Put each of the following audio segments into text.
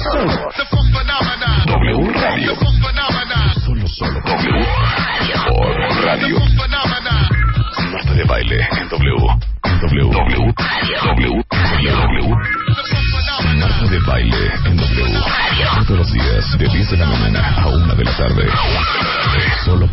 W Radio. Solo W por radio. Marta de Baile en W. Marta de Baile en W. Todos los días de 10 de la mañana a 1 de la tarde. Solo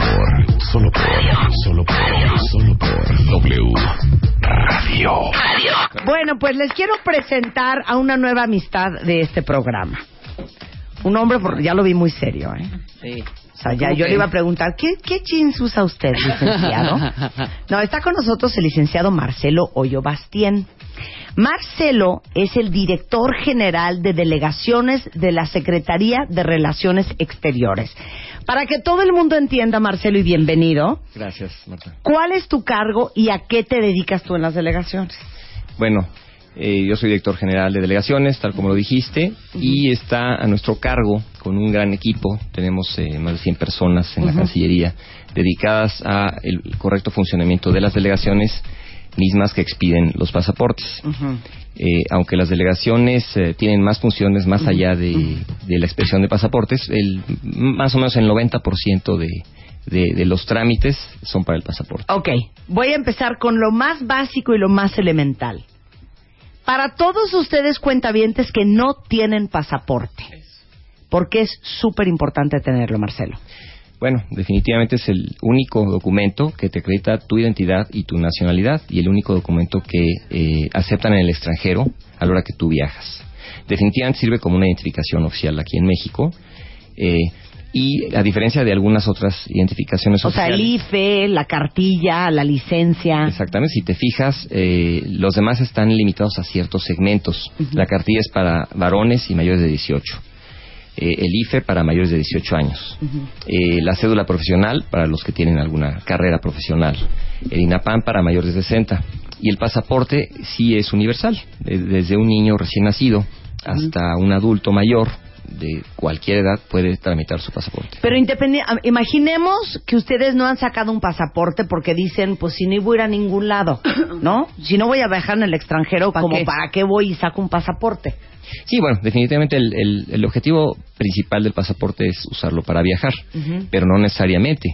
por W Radio. Bueno, pues les quiero presentar a una nueva amistad de este programa. Un hombre, ya lo vi muy serio, ¿eh? Sí. O sea, ya yo le iba a preguntar, ¿qué jeans usa usted, licenciado? No, está con nosotros el licenciado Marcelo Hoyo Bastien. Marcelo es el director general de delegaciones de la Secretaría de Relaciones Exteriores. Para que todo el mundo entienda, Marcelo, y bienvenido. Gracias, Marta. ¿Cuál es tu cargo y a qué te dedicas tú en las delegaciones? Bueno, yo soy director general de delegaciones, tal como lo dijiste, y está a nuestro cargo, con un gran equipo, tenemos más de 100 personas en la Cancillería, dedicadas a el correcto funcionamiento de las delegaciones mismas que expiden los pasaportes. Aunque las delegaciones tienen más funciones más allá de la expedición de pasaportes, más o menos el 90% de los trámites son para el pasaporte. Ok, voy a empezar con lo más básico y lo más elemental. Para todos ustedes cuentavientes que no tienen pasaporte, ¿por qué es súper importante tenerlo, Marcelo? Bueno, definitivamente es el único documento que te acredita tu identidad y tu nacionalidad, y el único documento que aceptan en el extranjero a la hora que tú viajas. Definitivamente sirve como una identificación oficial aquí en México, y a diferencia de algunas otras identificaciones oficiales. O sea, el IFE, la cartilla, la licencia. Exactamente, si te fijas, los demás están limitados a ciertos segmentos. La cartilla es para varones y mayores de 18. El IFE para mayores de 18 años. La cédula profesional para los que tienen alguna carrera profesional. El INAPAM para mayores de 60. Y el pasaporte sí es universal. Desde un niño recién nacido hasta un adulto mayor de cualquier edad puede tramitar su pasaporte. Pero imaginemos que ustedes no han sacado un pasaporte porque dicen, pues si no voy a ir a ningún lado, ¿no? Si no voy a viajar en el extranjero, ¿para qué voy y saco un pasaporte? Sí, bueno, definitivamente el objetivo principal del pasaporte es usarlo para viajar, pero no necesariamente.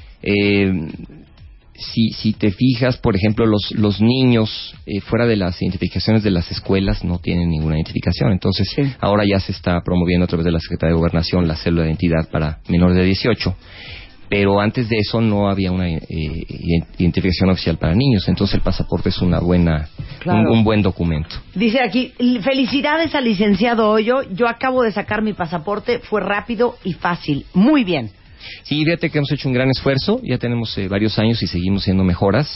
Si te fijas, por ejemplo, los niños fuera de las identificaciones de las escuelas no tienen ninguna identificación. Entonces, ahora ya se está promoviendo a través de la Secretaría de Gobernación la cédula de identidad para menores de 18. Pero antes de eso no había una identificación oficial para niños. Entonces, el pasaporte es una buena, un buen documento. Dice aquí, felicidades al licenciado Hoyo. Yo acabo de sacar mi pasaporte, fue rápido y fácil. Muy bien. Sí, fíjate que hemos hecho un gran esfuerzo, ya tenemos varios años y seguimos haciendo mejoras.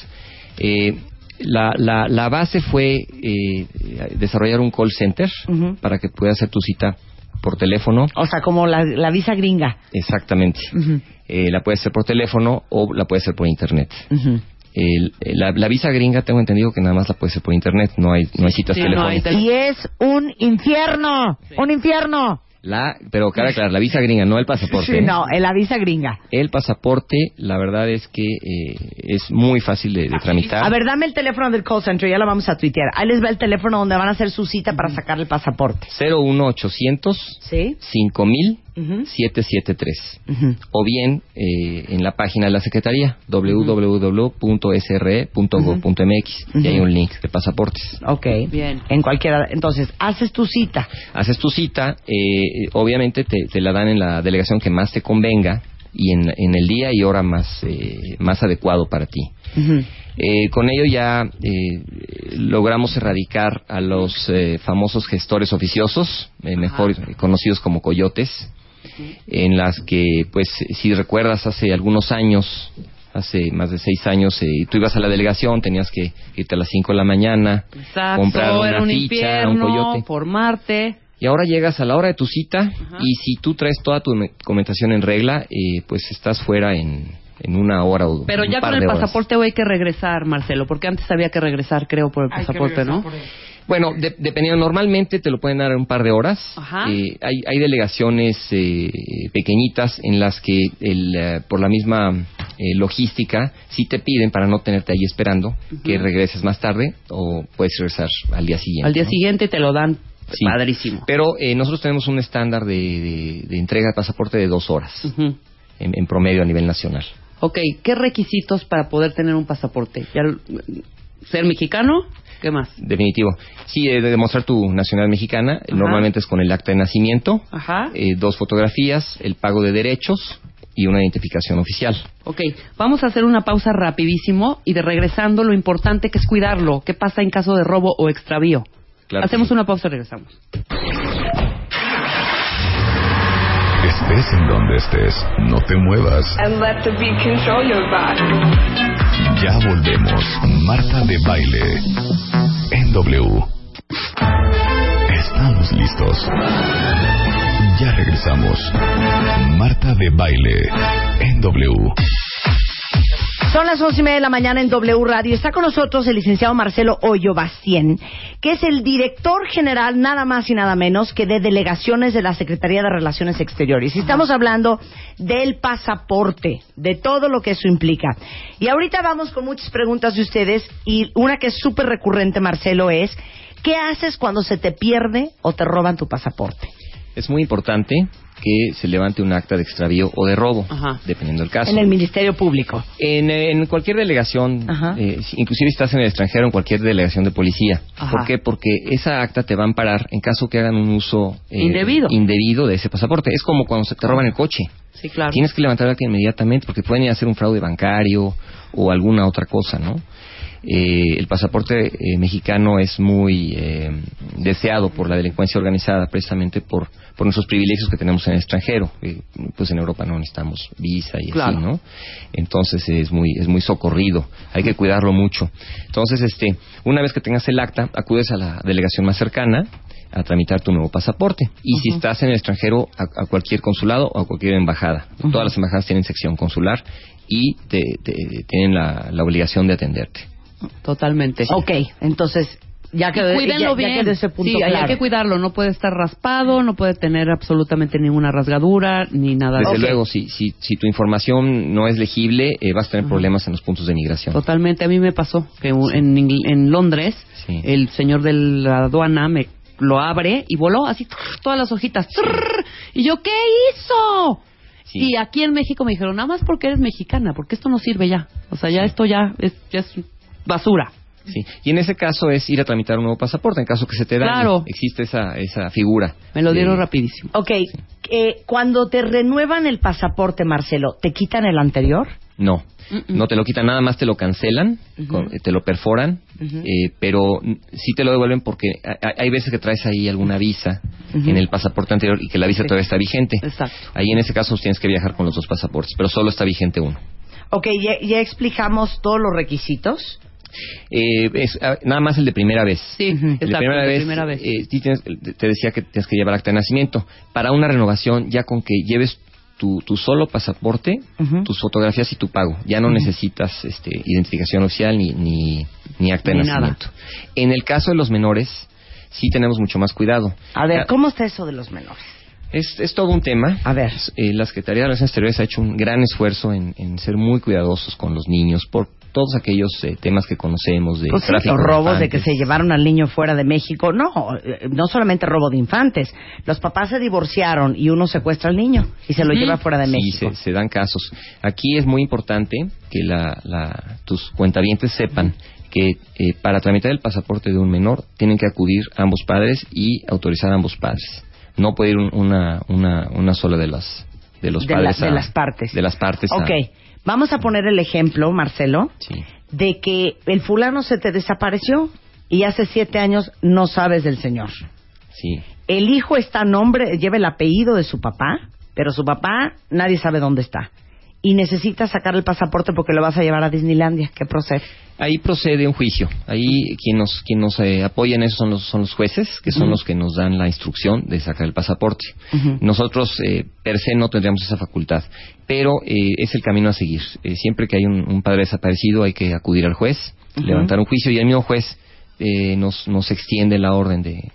La base fue desarrollar un call center para que puedas hacer tu cita por teléfono. O sea, como la visa gringa. Exactamente. La puedes hacer por teléfono o la puedes hacer por internet. La visa gringa tengo entendido que nada más la puedes hacer por internet, no hay citas telefónicas. Y es un infierno, un infierno. Pero claro, la visa gringa, no el pasaporte. Sí, no, la visa gringa. El pasaporte, la verdad es que es muy fácil de tramitar. A ver, dame el teléfono del call center, ya lo vamos a tuitear. Ahí les va el teléfono donde van a hacer su cita para sacar el pasaporte. 01800 5000 773. O bien en la página de la Secretaría, www.sre.gov.mx, y hay un link de pasaportes. Ok, bien. En cualquiera. Entonces, haces tu cita. Obviamente te la dan en la delegación que más te convenga y en el día y hora más adecuado para ti. Con ello ya logramos erradicar a los famosos gestores oficiosos, mejor conocidos como coyotes, en las que, pues, si recuerdas, hace algunos años, hace más de 6 años, tú ibas a la delegación, tenías que irte a las 5 de la mañana, comprar una ficha, un coyote, formarte. Y ahora llegas a la hora de tu cita y si tú traes toda tu documentación en regla, pues estás fuera en 1 hora o Pero ya con el pasaporte hoy hay que regresar, Marcelo, porque antes había que regresar, creo, por el pasaporte, ¿no? Bueno, dependiendo, normalmente te lo pueden dar en un par de horas. Hay delegaciones pequeñitas en las que por la misma logística sí te piden, para no tenerte ahí esperando, que regreses más tarde o puedes regresar al día siguiente. Al día siguiente te lo dan Sí, padrísimo. Pero nosotros tenemos un estándar de entrega de pasaporte de 2 horas, en promedio a nivel nacional. Ok, ¿qué requisitos para poder tener un pasaporte? ¿Ser mexicano? ¿Qué más? Definitivo. Sí, de demostrar tu nacionalidad mexicana. Normalmente es con el acta de nacimiento, 2 fotografías, el pago de derechos y una identificación oficial. Ok, vamos a hacer una pausa rapidísimo y de regresando lo importante que es cuidarlo. ¿Qué pasa en caso de robo o extravío? Claro. Hacemos una pausa y regresamos. Estés en donde estés, no te muevas. And let the beat control your body. Ya volvemos. Marta de Baile. En W. Estamos listos. Ya regresamos. Marta de Baile. En W. Son las 11:30 de la mañana en W Radio. Está con nosotros el licenciado Marcelo Hoyo Bastien, que es el director general, nada más y nada menos, que de delegaciones de la Secretaría de Relaciones Exteriores. Y estamos hablando del pasaporte, de todo lo que eso implica. Y ahorita vamos con muchas preguntas de ustedes, y una que es súper recurrente, Marcelo, es ¿qué haces cuando se te pierde o te roban tu pasaporte? Es muy importante que se levante un acta de extravío o de robo, dependiendo del caso. En el Ministerio Público. En cualquier delegación, inclusive si estás en el extranjero, en cualquier delegación de policía. ¿Por qué? Porque esa acta te va a amparar en caso que hagan un uso indebido de ese pasaporte. Es como cuando se te roban el coche. Sí, claro. Tienes que levantar el acta inmediatamente porque pueden ir a hacer un fraude bancario o alguna otra cosa, ¿no? El pasaporte mexicano es muy deseado por la delincuencia organizada, precisamente por nuestros privilegios que tenemos en el extranjero. Pues en Europa no necesitamos visa y así, ¿no? Entonces es muy socorrido, hay que cuidarlo mucho. Entonces, una vez que tengas el acta, acudes a la delegación más cercana a tramitar tu nuevo pasaporte. Y si estás en el extranjero, a cualquier consulado o a cualquier embajada. Todas las embajadas tienen sección consular y tienen la obligación de atenderte. Totalmente. Ok, entonces ya quedó, cuídenlo bien. Ya quedó ese punto claro. Hay que cuidarlo. No puede estar raspado, no puede tener absolutamente ninguna rasgadura ni nada. Desde luego, si tu información no es legible, vas a tener problemas en los puntos de migración. Totalmente. A mí me pasó que en Londres el señor de la aduana me lo abre y voló así todas las hojitas. Y yo, ¿qué hizo? Y aquí en México me dijeron, nada más porque eres mexicana, porque esto no sirve ya. O sea, ya esto ya es basura. Sí, y en ese caso es ir a tramitar un nuevo pasaporte, en caso que se te dañe. Claro. Existe esa figura. Me lo dieron rapidísimo. Ok, cuando te renuevan el pasaporte, Marcelo, ¿te quitan el anterior? No, no te lo quitan, nada más te lo cancelan, te lo perforan, pero sí te lo devuelven porque hay veces que traes ahí alguna visa en el pasaporte anterior y que la visa todavía está vigente. Exacto. Ahí en ese caso tienes que viajar con los 2 pasaportes, pero solo está vigente uno. Ok, ya explicamos todos los requisitos. Nada más el de primera vez. Sí, el de primera vez. Te decía que tienes que llevar acta de nacimiento. Para una renovación, ya con que lleves tu solo pasaporte, tus fotografías y tu pago, ya no necesitas identificación oficial ni acta de nacimiento. Nada. En el caso de los menores, sí tenemos mucho más cuidado. A ver, ¿cómo está eso de los menores? Es todo un tema. A ver. La Secretaría de Relaciones Exteriores ha hecho un gran esfuerzo en ser muy cuidadosos con los niños por todos aquellos temas que conocemos de tráfico los de robos infantes. de que se llevaron al niño fuera de México. No solamente robo de infantes. Los papás se divorciaron y uno secuestra al niño y se lo lleva fuera de México. Sí, se dan casos. Aquí es muy importante que tus cuentavientes sepan que para tramitar el pasaporte de un menor tienen que acudir ambos padres y autorizar a ambos padres. No puede ir una sola de los padres de las partes. De las partes. Ok. Vamos a poner el ejemplo, Marcelo, de que el fulano se te desapareció y hace 7 años no sabes del señor. Sí. El hijo está a nombre, lleva el apellido de su papá, pero su papá nadie sabe dónde está. Y necesitas sacar el pasaporte porque lo vas a llevar a Disneylandia. ¿Qué procede? Ahí procede un juicio. Ahí quien nos apoya en eso son los jueces, que son los que nos dan la instrucción de sacar el pasaporte. Nosotros, per se, no tendríamos esa facultad. Pero es el camino a seguir. Siempre que hay un padre desaparecido hay que acudir al juez, levantar un juicio y el mismo juez nos extiende la orden de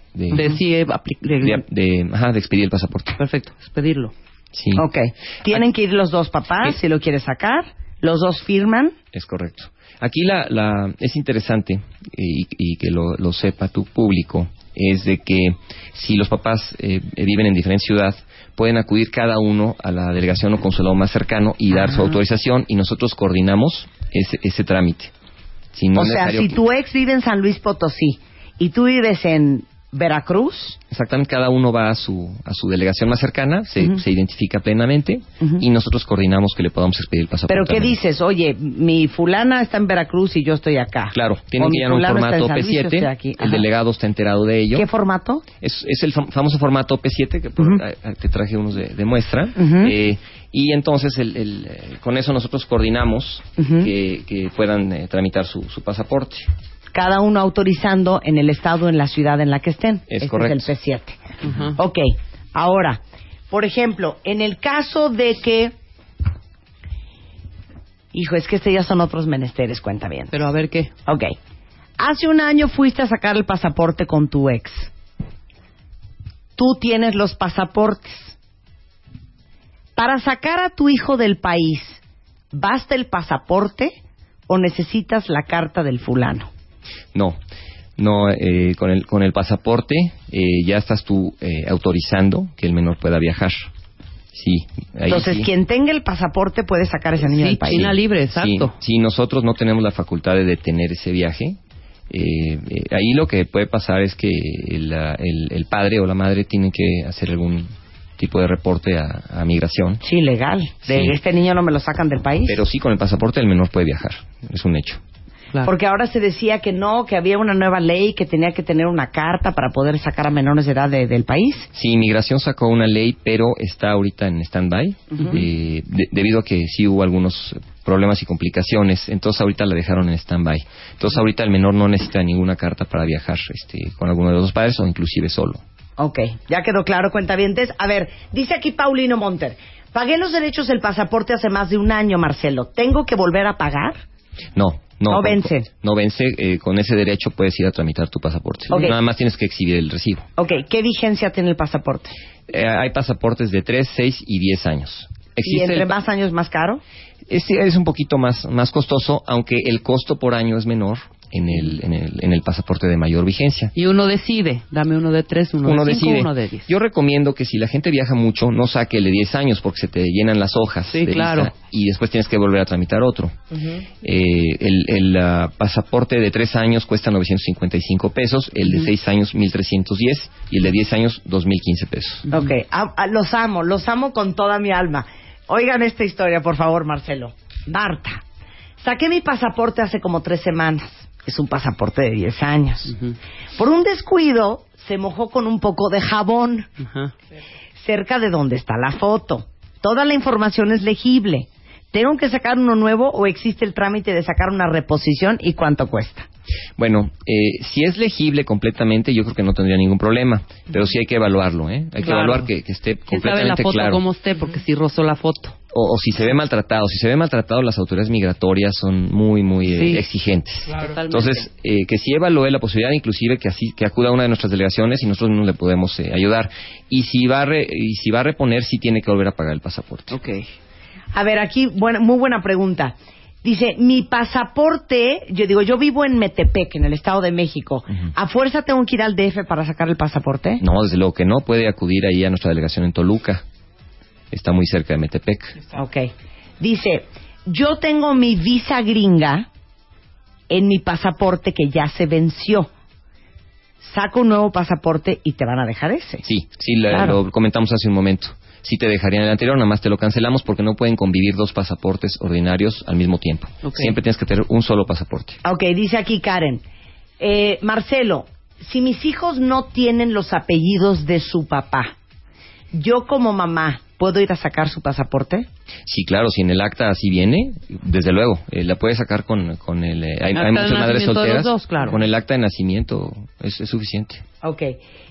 expedir el pasaporte. Perfecto, expedirlo. Sí. Ok. Tienen que ir los 2 papás si lo quieres sacar. Los 2 firman. Es correcto. Aquí es interesante y que lo sepa tu público es de que si los papás viven en diferente ciudad, pueden acudir cada uno a la delegación o consulado más cercano y dar su autorización, y nosotros coordinamos ese trámite. O sea, si tu ex vive en San Luis Potosí y tú vives en Veracruz. Exactamente, cada uno va a su delegación más cercana, se identifica plenamente y nosotros coordinamos que le podamos expedir el pasaporte. ¿Pero qué dices? Oye, mi fulana está en Veracruz y yo estoy acá. Claro, tienen que llenar un formato P7, el delegado está enterado de ello. ¿Qué formato? Es el famoso formato P7, que te traje unos de muestra. Y entonces con eso nosotros coordinamos que puedan tramitar su pasaporte. Cada uno autorizando en el estado, en la ciudad en la que estén. Es correcto. Es el P7. Ok, ahora, por ejemplo, en el caso de que... Hijo, es que ya son otros menesteres, cuenta bien. Pero a ver qué. Ok. Hace un año fuiste a sacar el pasaporte con tu ex. Tú tienes los pasaportes. Para sacar a tu hijo del país, ¿basta el pasaporte o necesitas la carta del fulano? No, con el pasaporte ya estás tú autorizando que el menor pueda viajar. Sí. Entonces, quien tenga el pasaporte puede sacar a ese niño del país. China libre, exacto. Sí, nosotros no tenemos la facultad de detener ese viaje. Ahí lo que puede pasar es que el padre o la madre tienen que hacer algún tipo de reporte a migración. Sí, legal. Este niño no me lo sacan del país. Pero sí, con el pasaporte el menor puede viajar. Es un hecho. Claro. Porque ahora se decía que no, que había una nueva ley que tenía que tener una carta para poder sacar a menores de edad del país. Sí, Migración sacó una ley, pero está ahorita en stand-by, debido a que sí hubo algunos problemas y complicaciones, entonces ahorita la dejaron en stand-by. Entonces ahorita el menor no necesita ninguna carta para viajar con alguno de los dos padres o inclusive solo. Ok, ya quedó claro, cuentavientes. A ver, dice aquí Paulino Monter, pagué los derechos del pasaporte hace más de un año, Marcelo. ¿Tengo que volver a pagar? No vence. No vence, con ese derecho puedes ir a tramitar tu pasaporte. Okay. Nada más tienes que exhibir el recibo. Ok, ¿qué vigencia tiene el pasaporte? Hay pasaportes de 3, 6 y 10 años. ¿Y entre más años más caro? Es un poquito más costoso, aunque el costo por año es menor en el pasaporte de mayor vigencia. Y uno decide, dame uno de 3, uno de 5, uno de 10. Yo recomiendo que si la gente viaja mucho, no saque el de 10 años porque se te llenan las hojas de visa y después tienes que volver a tramitar otro. El pasaporte de 3 años cuesta 955 pesos, el de 6 años 1,310 y el de 10 años 2,015 pesos. Ok, los amo con toda mi alma. Oigan esta historia, por favor, Marcelo. Marta, saqué mi pasaporte hace como 3 semanas. Es un pasaporte de 10 años. Por un descuido, se mojó con un poco de jabón cerca de donde está la foto. Toda la información es legible. ¿Tengo que sacar uno nuevo o existe el trámite de sacar una reposición y cuánto cuesta? Bueno, si es legible completamente, yo creo que no tendría ningún problema, pero sí hay que evaluarlo, Hay que evaluar que esté completamente claro. ¿Quién sabe la foto cómo esté? Porque si rozó la foto. O si se ve maltratado. Si se ve maltratado, las autoridades migratorias son muy exigentes. Claro. Entonces, que sí evalúe la posibilidad, inclusive que acuda a una de nuestras delegaciones y nosotros mismos le podemos ayudar. Y si va a reponer, sí tiene que volver a pagar el pasaporte. Okay. A ver, aquí, muy buena pregunta. Dice, mi pasaporte, yo vivo en Metepec, en el Estado de México. ¿A fuerza tengo que ir al DF para sacar el pasaporte? No, desde luego que no. Puede acudir ahí a nuestra delegación en Toluca. Está muy cerca de Metepec. Ok. Dice, yo tengo mi visa gringa en mi pasaporte que ya se venció. Saco un nuevo pasaporte y te van a dejar ese. Sí, claro. Lo comentamos hace un momento. Sí te dejarían el anterior, nada más te lo cancelamos porque no pueden convivir 2 pasaportes ordinarios al mismo tiempo. Okay. Siempre tienes que tener un solo pasaporte. Ok, dice aquí Karen. Marcelo, si mis hijos no tienen los apellidos de su papá, yo como mamá, ¿puedo ir a sacar su pasaporte? Sí, claro, si en el acta así viene, desde luego, la puedes sacar con el... hay muchas madres solteras, dos, claro. Con el acta de nacimiento es suficiente. Ok,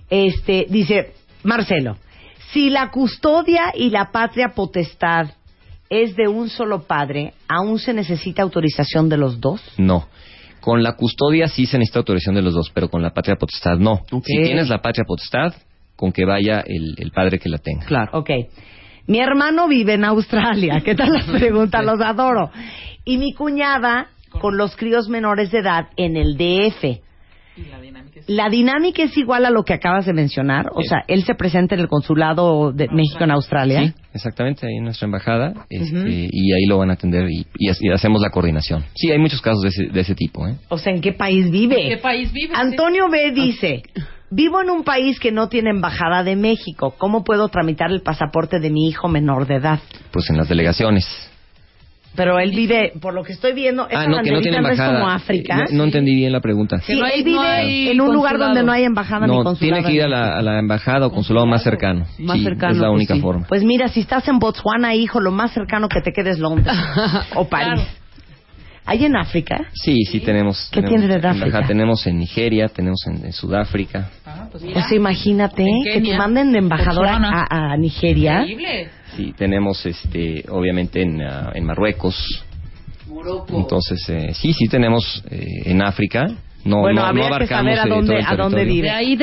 dice Marcelo, si la custodia y la patria potestad es de un solo padre, ¿aún se necesita autorización de los dos? No. Con la custodia sí se necesita autorización de los dos, pero con la patria potestad no. Okay. Si tienes la patria potestad, con que vaya el padre que la tenga. Claro. Ok. Mi hermano vive en Australia. ¿Qué tal las preguntas? Los adoro. Y mi cuñada con los críos menores de edad en el DF. La dinámica es igual a lo que acabas de mencionar. O sea, él se presenta en el consulado de México en Australia. Sí, exactamente, ahí en nuestra embajada, y ahí lo van a atender y hacemos la coordinación. Sí, hay muchos casos de ese tipo. O sea, ¿en qué país vive? ¿En qué país vive? Antonio B. dice, vivo en un país que no tiene embajada de México. ¿Cómo puedo tramitar el pasaporte de mi hijo menor de edad? Pues en las delegaciones. Pero él vive, por lo que estoy viendo, esa que no tiene banderita no es embajada. como África. No entendí bien la pregunta. Sí, él vive en un lugar donde no hay embajada ni consulado. Tiene que ir a la embajada o consulado más cercano. Más cercano, es la única forma. Pues mira, si estás en Botswana, hijo, lo más cercano que te quede es Londres o París. Claro. ¿Hay en África? Sí, tenemos. ¿Qué tiene de África? Tenemos en Nigeria, tenemos en Sudáfrica. Pues imagínate que te manden de embajador a Nigeria. Increíble. Sí, tenemos obviamente en Marruecos. Morocco. Entonces, sí tenemos en África. No abarcamos que saber a dónde vive. De ahí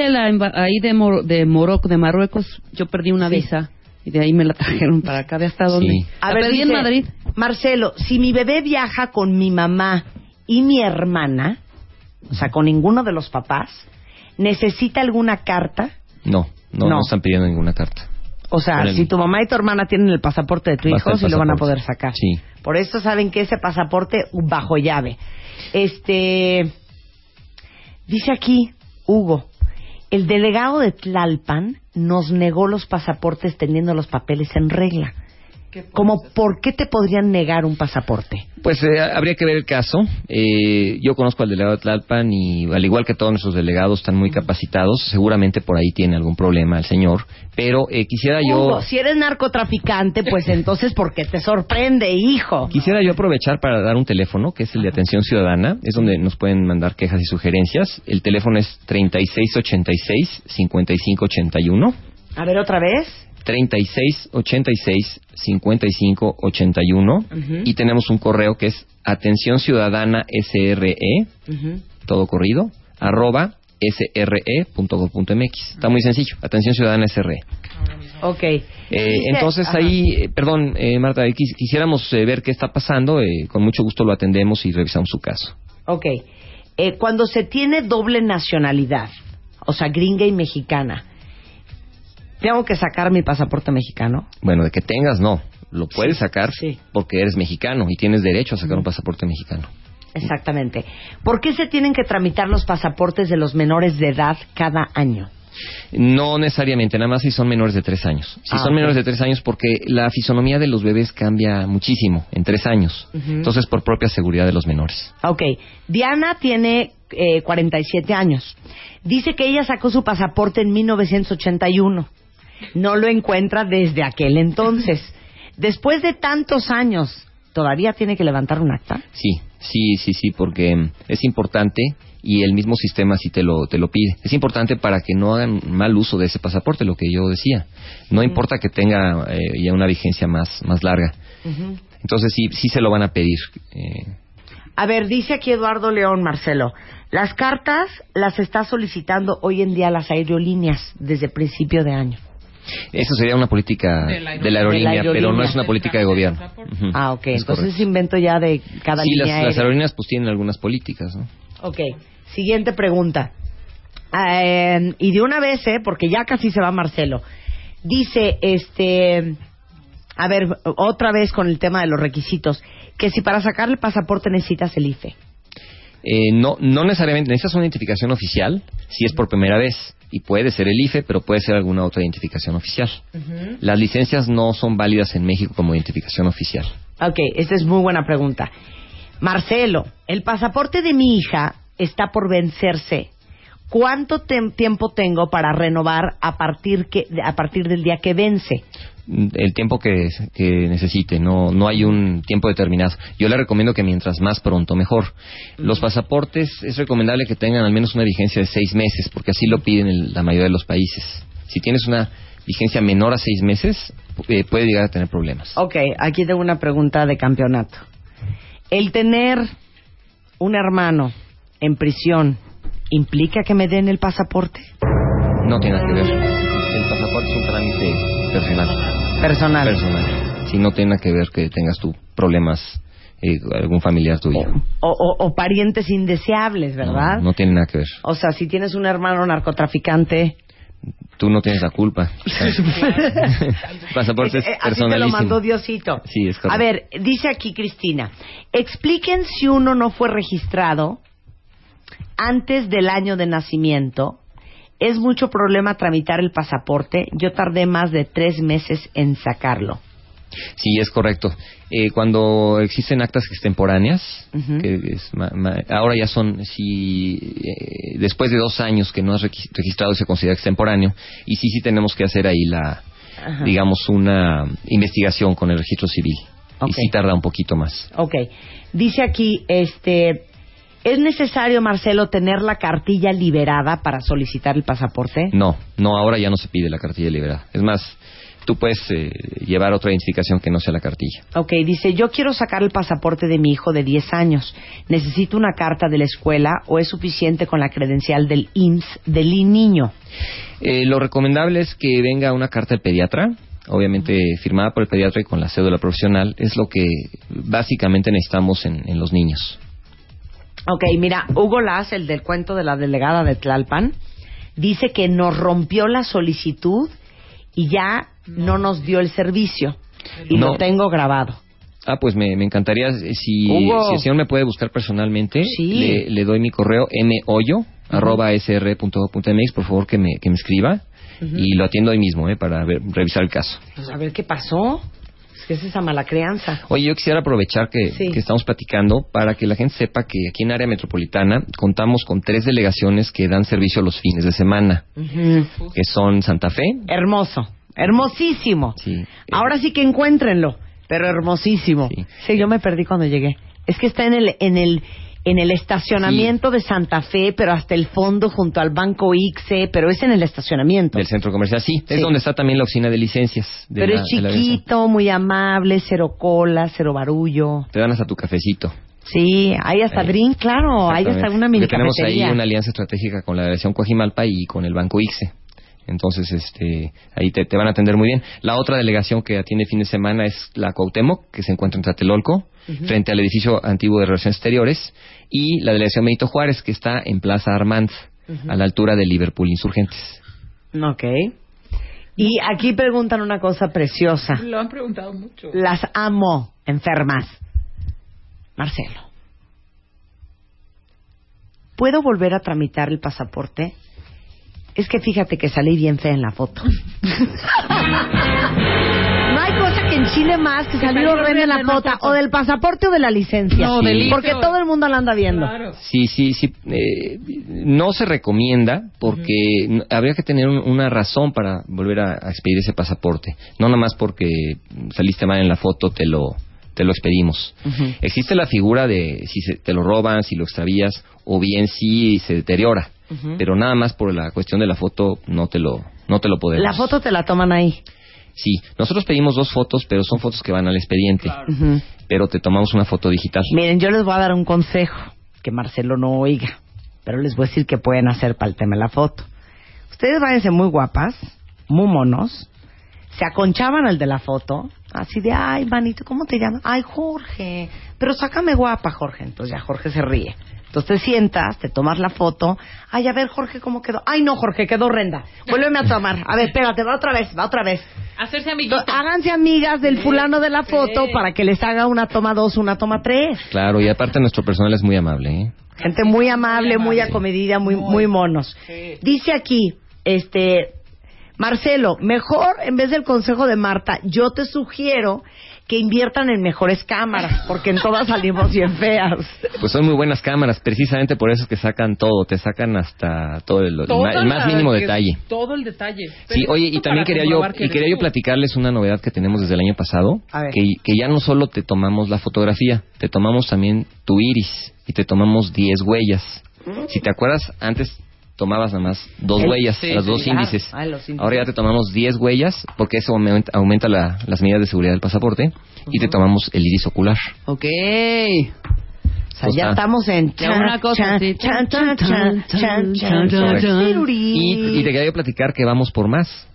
de Morocco, de Marruecos, yo perdí una visa y de ahí me la trajeron para acá. ¿De hasta dónde? Sí. A ver, dice, en Madrid. Marcelo, si mi bebé viaja con mi mamá y mi hermana, o sea, con ninguno de los papás, ¿necesita alguna carta? No están pidiendo ninguna carta. O sea, si tu mamá y tu hermana tienen el pasaporte de tu hijo, sí lo van a poder sacar. Sí. Por eso saben que ese pasaporte bajo llave. Dice aquí, Hugo, el delegado de Tlalpan nos negó los pasaportes teniendo los papeles en regla. ¿Por qué te podrían negar un pasaporte? Pues habría que ver el caso. Yo conozco al delegado de Tlalpan y al igual que todos nuestros delegados están muy capacitados. Seguramente por ahí tiene algún problema el señor. Pero quisiera Hugo, si eres narcotraficante, pues entonces ¿por qué te sorprende, hijo? Quisiera yo aprovechar para dar un teléfono que es el de Atención Ciudadana. Es donde nos pueden mandar quejas y sugerencias. El teléfono es 3686-5581. A ver, ¿otra vez? 3686-5581 y tenemos un correo que es Atención Ciudadana SRE, todo corrido, @sre.gov.mx. Está muy sencillo, Atención Ciudadana SRE. Ok. Entonces ahí, perdón, Marta, quisiéramos ver qué está pasando, con mucho gusto lo atendemos y revisamos su caso. Ok. Cuando se tiene doble nacionalidad, o sea, gringa y mexicana, ¿tengo que sacar mi pasaporte mexicano? Bueno, de que tengas, no. Lo puedes sacar porque eres mexicano y tienes derecho a sacar un pasaporte mexicano. Exactamente. ¿Por qué se tienen que tramitar los pasaportes de los menores de edad cada año? No necesariamente, nada más si son menores de 3 años. Si son menores de 3 años, porque la fisonomía de los bebés cambia muchísimo en 3 años. Entonces, por propia seguridad de los menores. Ok. Diana tiene 47 años. Dice que ella sacó su pasaporte en 1981. No lo encuentra desde aquel entonces. Después de tantos años, ¿todavía tiene que levantar un acta? Sí, porque es importante y el mismo sistema sí te lo pide. Es importante para que no hagan mal uso de ese pasaporte, lo que yo decía. No importa que tenga ya una vigencia más larga. Entonces sí se lo van a pedir. A ver, dice aquí Eduardo León, Marcelo, las cartas las está solicitando hoy en día las aerolíneas desde principio de año. Eso sería una política de la aerolínea, pero no es una política de gobierno. Ok, entonces es invento ya de cada línea aérea. Sí, las aerolíneas pues tienen algunas políticas, ¿no? Ok, siguiente pregunta. Y de una vez, porque ya casi se va Marcelo. Dice, a ver, otra vez con el tema de los requisitos, que si para sacar el pasaporte necesitas el IFE. No necesariamente. Necesitas una identificación oficial si es por primera vez. Y puede ser el IFE, pero puede ser alguna otra identificación oficial. Las licencias no son válidas en México como identificación oficial. Ok, esta es muy buena pregunta. Marcelo, el pasaporte de mi hija está por vencerse. ¿Cuánto tiempo tengo para renovar a partir del día que vence? El tiempo que necesite, no hay un tiempo determinado. Yo le recomiendo que mientras más pronto mejor. Los pasaportes es recomendable que tengan al menos una vigencia de 6 meses, porque así lo piden la mayoría de los países. Si tienes una vigencia menor a 6 meses, puede llegar a tener problemas. Ok, aquí tengo una pregunta de campeonato. ¿El tener un hermano en prisión implica que me den el pasaporte? No tiene nada que ver. El pasaporte es un trámite personal. Personal. Si no tiene que ver que tengas tú problemas algún familiar tuyo. O parientes indeseables, ¿verdad? No tiene nada que ver. O sea, si tienes un hermano narcotraficante... Tú no tienes la culpa. Pasaporte es personalísimo. Así te lo mandó Diosito. Sí, es correcto. A ver, dice aquí Cristina, expliquen si uno no fue registrado antes del año de nacimiento. Es mucho problema tramitar el pasaporte. Yo tardé más de 3 meses en sacarlo. Sí, es correcto. Cuando existen actas extemporáneas, que ahora ya son, después de 2 años que no has registrado, se considera extemporáneo, y sí tenemos que hacer ahí digamos, una investigación con el registro civil. Okay. Y sí tarda un poquito más. Ok. Dice aquí, ¿es necesario, Marcelo, tener la cartilla liberada para solicitar el pasaporte? No, ahora ya no se pide la cartilla liberada. Es más, tú puedes llevar otra identificación que no sea la cartilla. Ok, dice, yo quiero sacar el pasaporte de mi hijo de 10 años. ¿Necesito una carta de la escuela o es suficiente con la credencial del IMSS del niño? Lo recomendable es que venga una carta del pediatra, obviamente firmada por el pediatra y con la cédula profesional. Es lo que básicamente necesitamos en los niños. Ok, mira, Hugo Las, el del cuento de la delegada de Tlalpan, dice que nos rompió la solicitud y ya no nos dio el servicio. Y lo tengo grabado. Pues me encantaría. Si el señor me puede buscar personalmente, sí. le doy mi correo moyo@sr.gov.mx, por favor que me escriba. Y lo atiendo hoy mismo para revisar el caso. Pues a ver qué pasó. ¿Qué es esa mala crianza? Oye, yo quisiera aprovechar que estamos platicando para que la gente sepa que aquí en área metropolitana contamos con 3 delegaciones que dan servicio los fines de semana, que son Santa Fe. Hermoso, hermosísimo. Sí. Ahora sí que encuéntrenlo, pero hermosísimo. Sí, yo me perdí cuando llegué. Es que está en el estacionamiento de Santa Fe, pero hasta el fondo junto al Banco ICSE, pero es en el estacionamiento. Del centro comercial, sí. Es donde está también la oficina de licencias. Pero es chiquito, muy amable, 0 cola, 0 barullo. Te dan hasta tu cafecito. Sí, hay hasta drink, claro, hay hasta una mini cafetería. Tenemos ahí una alianza estratégica con la delegación Coajimalpa y con el Banco ICSE. Entonces, ahí te van a atender muy bien. La otra delegación que atiende fin de semana es la Cuauhtémoc, que se encuentra en Tlatelolco, frente al edificio antiguo de Relaciones Exteriores, y la delegación Benito Juárez, que está en Plaza Armand, a la altura de Liverpool Insurgentes. Ok. Y aquí preguntan una cosa preciosa. Lo han preguntado mucho. Las amo, enfermas. Marcelo, ¿puedo volver a tramitar el pasaporte? Es que fíjate que salí bien fea en la foto. No hay cosa que enchile más que salir horrenda en la foto, o del pasaporte o de la licencia. No, porque todo el mundo la anda viendo. Claro. Sí. No se recomienda porque habría que tener una razón para volver a expedir ese pasaporte. No nada más porque saliste mal en la foto te lo expedimos. Existe la figura de si te lo roban, si lo extravías, o bien si se deteriora. Pero nada más por la cuestión de la foto no te lo podemos. ¿La foto te la toman ahí? Sí, nosotros pedimos 2 fotos, pero son fotos que van al expediente. Claro. Pero te tomamos una foto digital. Miren, yo les voy a dar un consejo que Marcelo no oiga, pero les voy a decir qué pueden hacer para el tema de la foto. Ustedes váyanse muy guapas, muy monos, se aconchaban al de la foto, así de, ay, manito, ¿cómo te llamas? Ay, Jorge, pero sácame guapa, Jorge. Entonces ya Jorge se ríe. Entonces te sientas, te tomas la foto. Ay, a ver, Jorge, ¿cómo quedó? Ay, no, Jorge, quedó horrenda. Vuélveme a tomar. A ver, espérate, va otra vez. Hacerse amiguitas. Háganse amigas del fulano de la foto para que les haga una toma 2, una toma 3. Claro, y aparte nuestro personal es muy amable, ¿eh? Gente muy amable, muy acomedida, muy monos. Sí. Dice aquí, Marcelo, mejor en vez del consejo de Marta, yo te sugiero que inviertan en mejores cámaras, porque en todas salimos bien feas. Pues son muy buenas cámaras, precisamente por eso es que sacan todo, te sacan hasta todo el más mínimo detalle. Todo el detalle. Sí, oye, y también quería yo platicarles una novedad que tenemos desde el año pasado, que ya no solo te tomamos la fotografía, te tomamos también tu iris y te tomamos 10 huellas. Si te acuerdas, antes tomabas nada más 2 huellas, las 2 índices. Ahora ya te tomamos 10 huellas, porque eso aumenta las medidas de seguridad del pasaporte, y te tomamos el iris ocular. Ok. O sea, ya estamos en... Ya una cosa así. Y te quería platicar que vamos por más.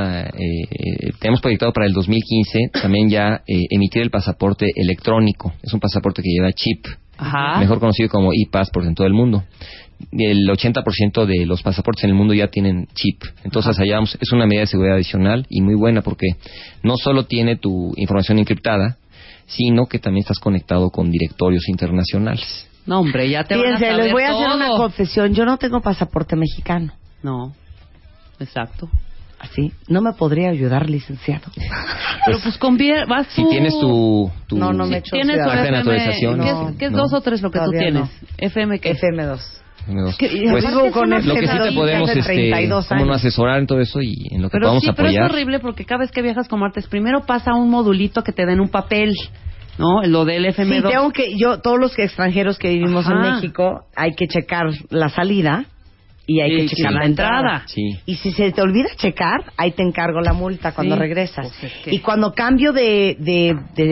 Tenemos proyectado para el 2015 también ya emitir el pasaporte electrónico. Es un pasaporte que lleva chip, mejor conocido como e-passport en todo el mundo. El 80% de los pasaportes en el mundo ya tienen chip. Entonces allá vamos, es una medida de seguridad adicional y muy buena porque no solo tiene tu información encriptada, sino que también estás conectado con directorios internacionales. No, hombre, ya te van a saber les voy a hacer todo. una confesión. Yo no tengo pasaporte mexicano. No, exacto. Así, no me podría ayudar, licenciado. Pero pues vas tú. Si tienes tu No me he hecho tienes tu acta de FM, naturalización. ¿Qué es 2 o 3 lo que tú Todavía tienes? no. FM qué? FM2. Pues, vivo con lo que sí te podemos hace 32 cómo no años. asesorar en todo eso y en lo que Pero podamos sí, pero apoyar. es horrible porque cada vez que viajas con Martes, primero pasa un modulito que te den un papel, ¿no? Lo del FM2. Sí, todos los extranjeros que vivimos en Ajá. México, hay que checar la salida y hay que checar la entrada. Sí. Y si se te olvida checar, ahí te encargo la multa cuando Sí. regresas. Pues es que- Y cuando cambio de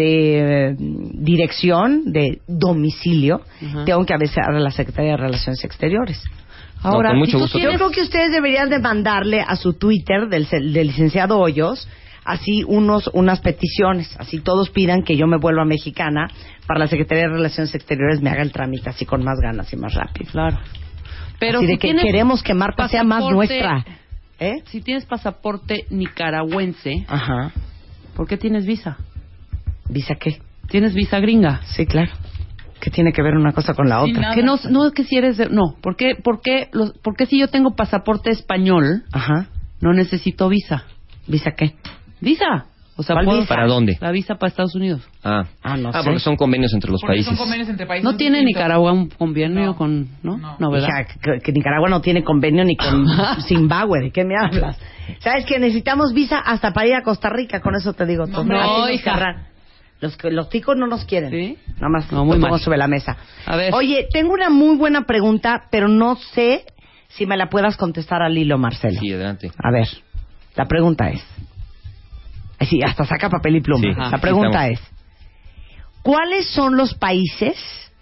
dirección, de domicilio, Ajá. tengo que avisar a la Secretaría de Relaciones Exteriores. Ahora, con mucho si tú gusto. Yo tienes- creo que ustedes deberían de mandarle a su Twitter del licenciado Hoyos así unas peticiones, así todos pidan que yo me vuelva mexicana para la Secretaría de Relaciones Exteriores me haga el trámite así con más ganas y más rápido. Claro. Pero así si de que tienes queremos que Marta sea más pasaporte- nuestra. ¿Eh? Si tienes pasaporte nicaragüense, Ajá. ¿por qué tienes visa? ¿Visa qué? ¿Tienes visa gringa? Sí, claro. ¿Qué tiene que ver una cosa con la Sí, otra? nada. Que no es que si eres no, ¿por qué si yo tengo pasaporte español Ajá. no necesito visa? ¿Visa qué? Visa. O sea, ¿Cuál puedo- visa? ¿Para dónde? La visa para Estados Unidos. No sé. Porque son convenios entre los Porque países. son convenios entre países. No tiene distintos. Nicaragua un convenio No. con, ¿no? No. No, ¿verdad? Hija, que Nicaragua no tiene convenio ni con Zimbabue. ¿De qué me hablas? ¿Sabes que necesitamos visa hasta para ir a Costa Rica? Con eso te digo todo. No, Así nos hija. querrán. Los ticos no nos quieren. ¿Sí? Nada más No, muy lo pongo mal. sobre la mesa. A ver. Oye, tengo una muy buena pregunta, pero no sé si me la puedas contestar al hilo, Marcelo. Sí, adelante. A ver, la pregunta es... Sí, hasta saca papel y pluma. Sí, La aquí pregunta estamos. es... ¿Cuáles son los países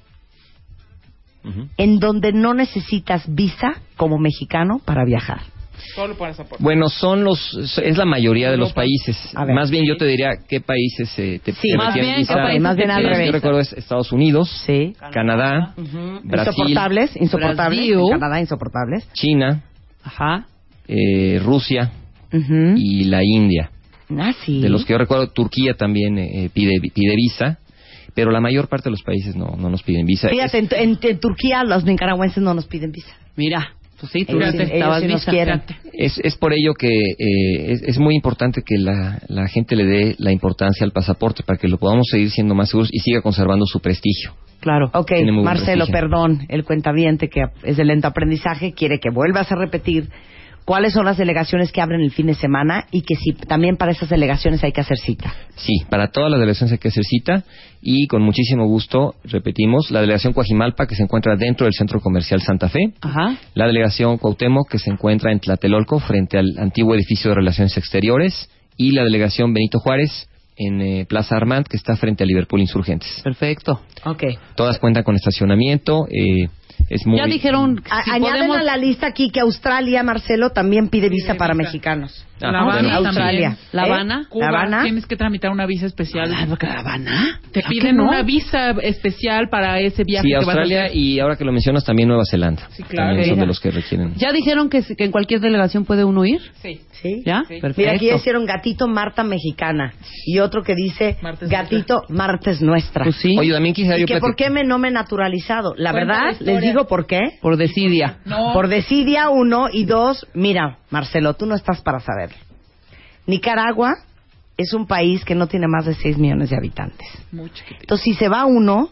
Ujú. en donde no necesitas visa como mexicano para viajar? Solo por pasaporte. Bueno, es la mayoría de los Europa. países. A ver. Más bien yo te diría qué países te más requieren bien, visa. ¿qué países más bien te al piden revés. Yo visa? recuerdo es Estados Unidos, Sí. Canadá, Brasil, Insoportables. Brasil. En Canadá, insoportables. China, Ajá. Rusia Ujú. y la India. Sí. De los que yo recuerdo, Turquía también pide visa, pero la mayor parte de los países no nos piden visa. Fíjate, en Turquía los nicaragüenses no nos piden visa. Mira, pues sí, tú Ellos sí- necesitabas ellos sí nos visa. quieren. Fíjate. Es por ello que es muy importante que la gente le dé la importancia al pasaporte para que lo podamos seguir siendo más seguros y siga conservando su prestigio. Claro. Ok, Tiene muy buen Marcelo, prestigio. perdón, el cuentaviente que es de lento aprendizaje quiere que vuelvas a repetir cuáles son las delegaciones que abren el fin de semana y que si también para esas delegaciones hay que hacer cita. Sí, para todas las delegaciones hay que hacer cita y con muchísimo gusto, repetimos, la delegación Coajimalpa que se encuentra dentro del Centro Comercial Santa Fe, Ajá. la delegación Cuauhtémoc que se encuentra en Tlatelolco frente al antiguo edificio de Relaciones Exteriores y la delegación Benito Juárez en Plaza Armand que está frente a Liverpool Insurgentes. Perfecto. Ok. Todas cuentan con estacionamiento, es muy... Ya dijeron que si Añaden podemos... a la lista aquí que Australia, Marcelo, también pide visa Pide para visa. mexicanos. Ah, La Habana bueno. Australia. también. ¿La Habana? Cuba, ¿La Habana? tienes que tramitar una visa especial. Ah, ¿La Habana? Te Claro que piden no. una visa especial para ese viaje Sí, que vas a Australia hacer. y ahora que lo mencionas también Nueva Zelanda. Sí, claro. También son Mira. de los que requieren. ¿Ya dijeron que en cualquier delegación puede uno ir? Sí. ¿Sí? ¿Ya? Sí. Perfecto. Mira, aquí ya hicieron Gatito Marta Mexicana y otro que dice Martes Gatito Martes Nuestra. Pues sí, Oye, también quisiera ¿Y yo que por platicar- qué no me he naturalizado? La Cuenta la verdad, historia. les digo por qué. por desidia. No. Por desidia, 1, y 2, mira, Marcelo, tú no estás para saberlo. Nicaragua es un país que no tiene más de 6 millones de habitantes. Muy chiquitito. Entonces, si se va uno,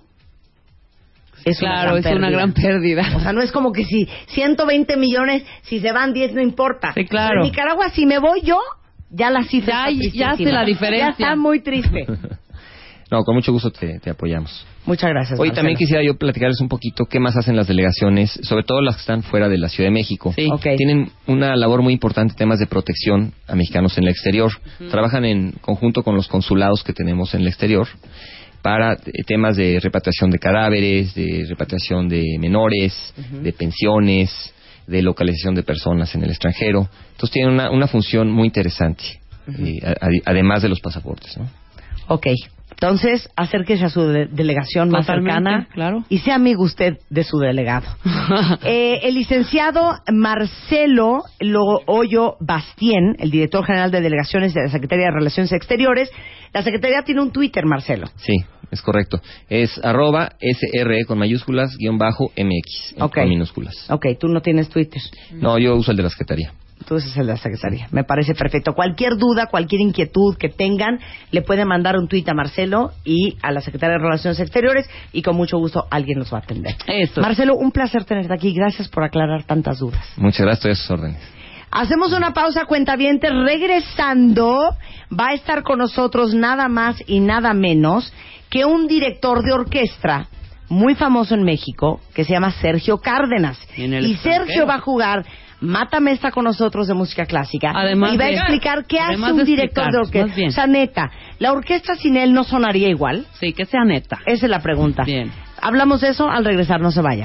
es Claro, es una pérdida. gran pérdida. O sea, no es como que si 120 millones, si se van 10 no importa. Sí, claro. Pero en Nicaragua, si me voy yo, ya la cifra Ya- está ya hace tristísima. la diferencia. Ya está muy triste. No, con mucho gusto te apoyamos. Muchas gracias, Hoy Marcelo. también quisiera yo platicarles un poquito qué más hacen las delegaciones, sobre todo las que están fuera de la Ciudad de México. Sí. Ok. Tienen una labor muy importante en temas de protección a mexicanos en el exterior. Trabajan en conjunto con los consulados que tenemos en el exterior para temas de repatriación de cadáveres, de repatriación de menores, de pensiones, de localización de personas en el extranjero. Entonces tiene una función muy interesante, además de los pasaportes, ¿no? Ok. Entonces, acérquese a su delegación más cercana, claro, y sea amigo usted de su delegado. El licenciado Marcelo Hoyo Bastien, el director general de delegaciones de la Secretaría de Relaciones Exteriores. La Secretaría tiene un Twitter, Marcelo. Sí, es correcto. Es @SRE con mayúsculas _MX con minúsculas. Ok, tú no tienes Twitter. No, yo uso el de la Secretaría. Tú usas el de la Secretaría. Me parece perfecto. Cualquier duda, cualquier inquietud que tengan, le pueden mandar un tuit a Marcelo y a la Secretaría de Relaciones Exteriores, y con mucho gusto alguien los va a atender. Eso. Marcelo, un placer tenerte aquí. Gracias por aclarar tantas dudas. Muchas gracias, estoy a sus órdenes. Hacemos una pausa, cuentavientes. Regresando, va a estar con nosotros nada más y nada menos que un director de orquesta muy famoso en México, que se llama Sergio Cárdenas. Y Sergio va a jugar Mátame está con nosotros de música clásica. Además y va a explicar qué hace un director de orquesta. O sea, neta, ¿la orquesta sin él no sonaría igual? Sí, que sea neta. Esa es la pregunta. Bien. Hablamos de eso al regresar, no se vayan.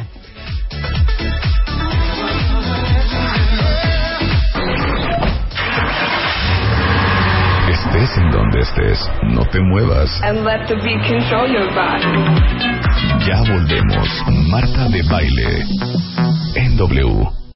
Estés en donde estés, no te muevas. And let the beat control your body. Ya volvemos. Marta de Baile en W.